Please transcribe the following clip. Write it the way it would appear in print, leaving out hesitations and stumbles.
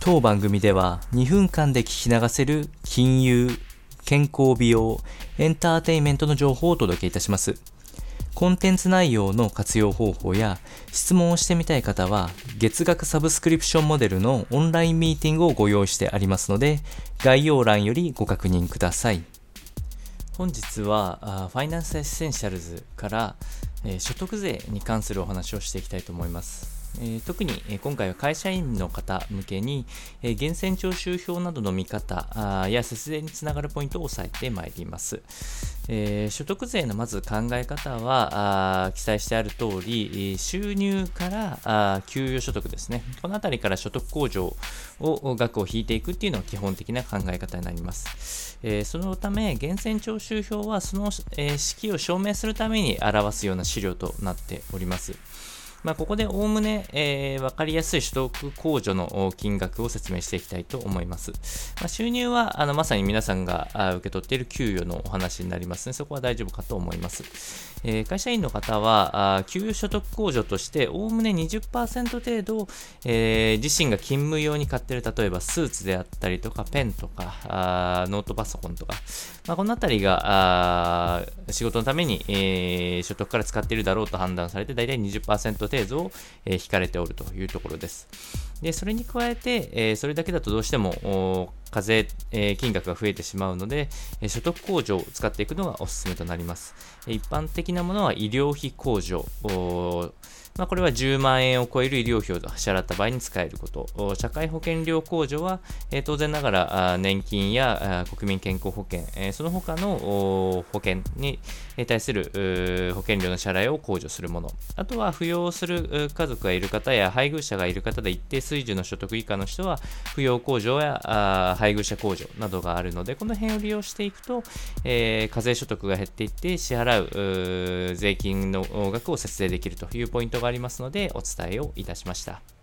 当番組では2分間で聞き流せる金融、健康美容、エンターテインメントの情報をお届けいたします。コンテンツ内容の活用方法や質問をしてみたい方は月額サブスクリプションモデルのオンラインミーティングをご用意してありますので、概要欄よりご確認ください。本日はファイナンスエッセンシャルズから所得税に関するお話をしていきたいと思います。特に今回は会社員の方向けに源泉徴収票などの見方や節税につながるポイントを押さえてまいります。所得税のまず考え方は記載してある通り、収入から給与所得ですね。このあたりから所得控除を額を引いていくっていうのが基本的な考え方になります。そのため源泉徴収票はその式を証明するために表すような資料となっております。ここでおおむね分かりやすい所得控除の金額を説明していきたいと思います。収入はまさに皆さんが受け取っている給与のお話になりますね。そこは大丈夫かと思います。会社員の方は給与所得控除としておおむね 20% 程度、自身が勤務用に買っている、例えばスーツであったりとかペンとかノートパソコンとか、このあたりが仕事のために、所得から使っているだろうと判断されて、だいたい 20% 程度を、引かれておるというところです。で、それに加えて、それだけだとどうしても課税、金額が増えてしまうので、所得控除を使っていくのがおすすめとなります。一般的なものは医療費控除、これは10万円を超える医療費を支払った場合に使えること。社会保険料控除は、当然ながら年金や国民健康保険、その他の保険に対する保険料の支払いを控除するもの。あとは扶養する家族がいる方や配偶者がいる方で一定水準の所得以下の人は扶養控除や配偶者控除などがあるので、この辺を利用していくと、課税所得が減っていって支払う税金の額を節税できるというポイントがありますのでお伝えをいたしました。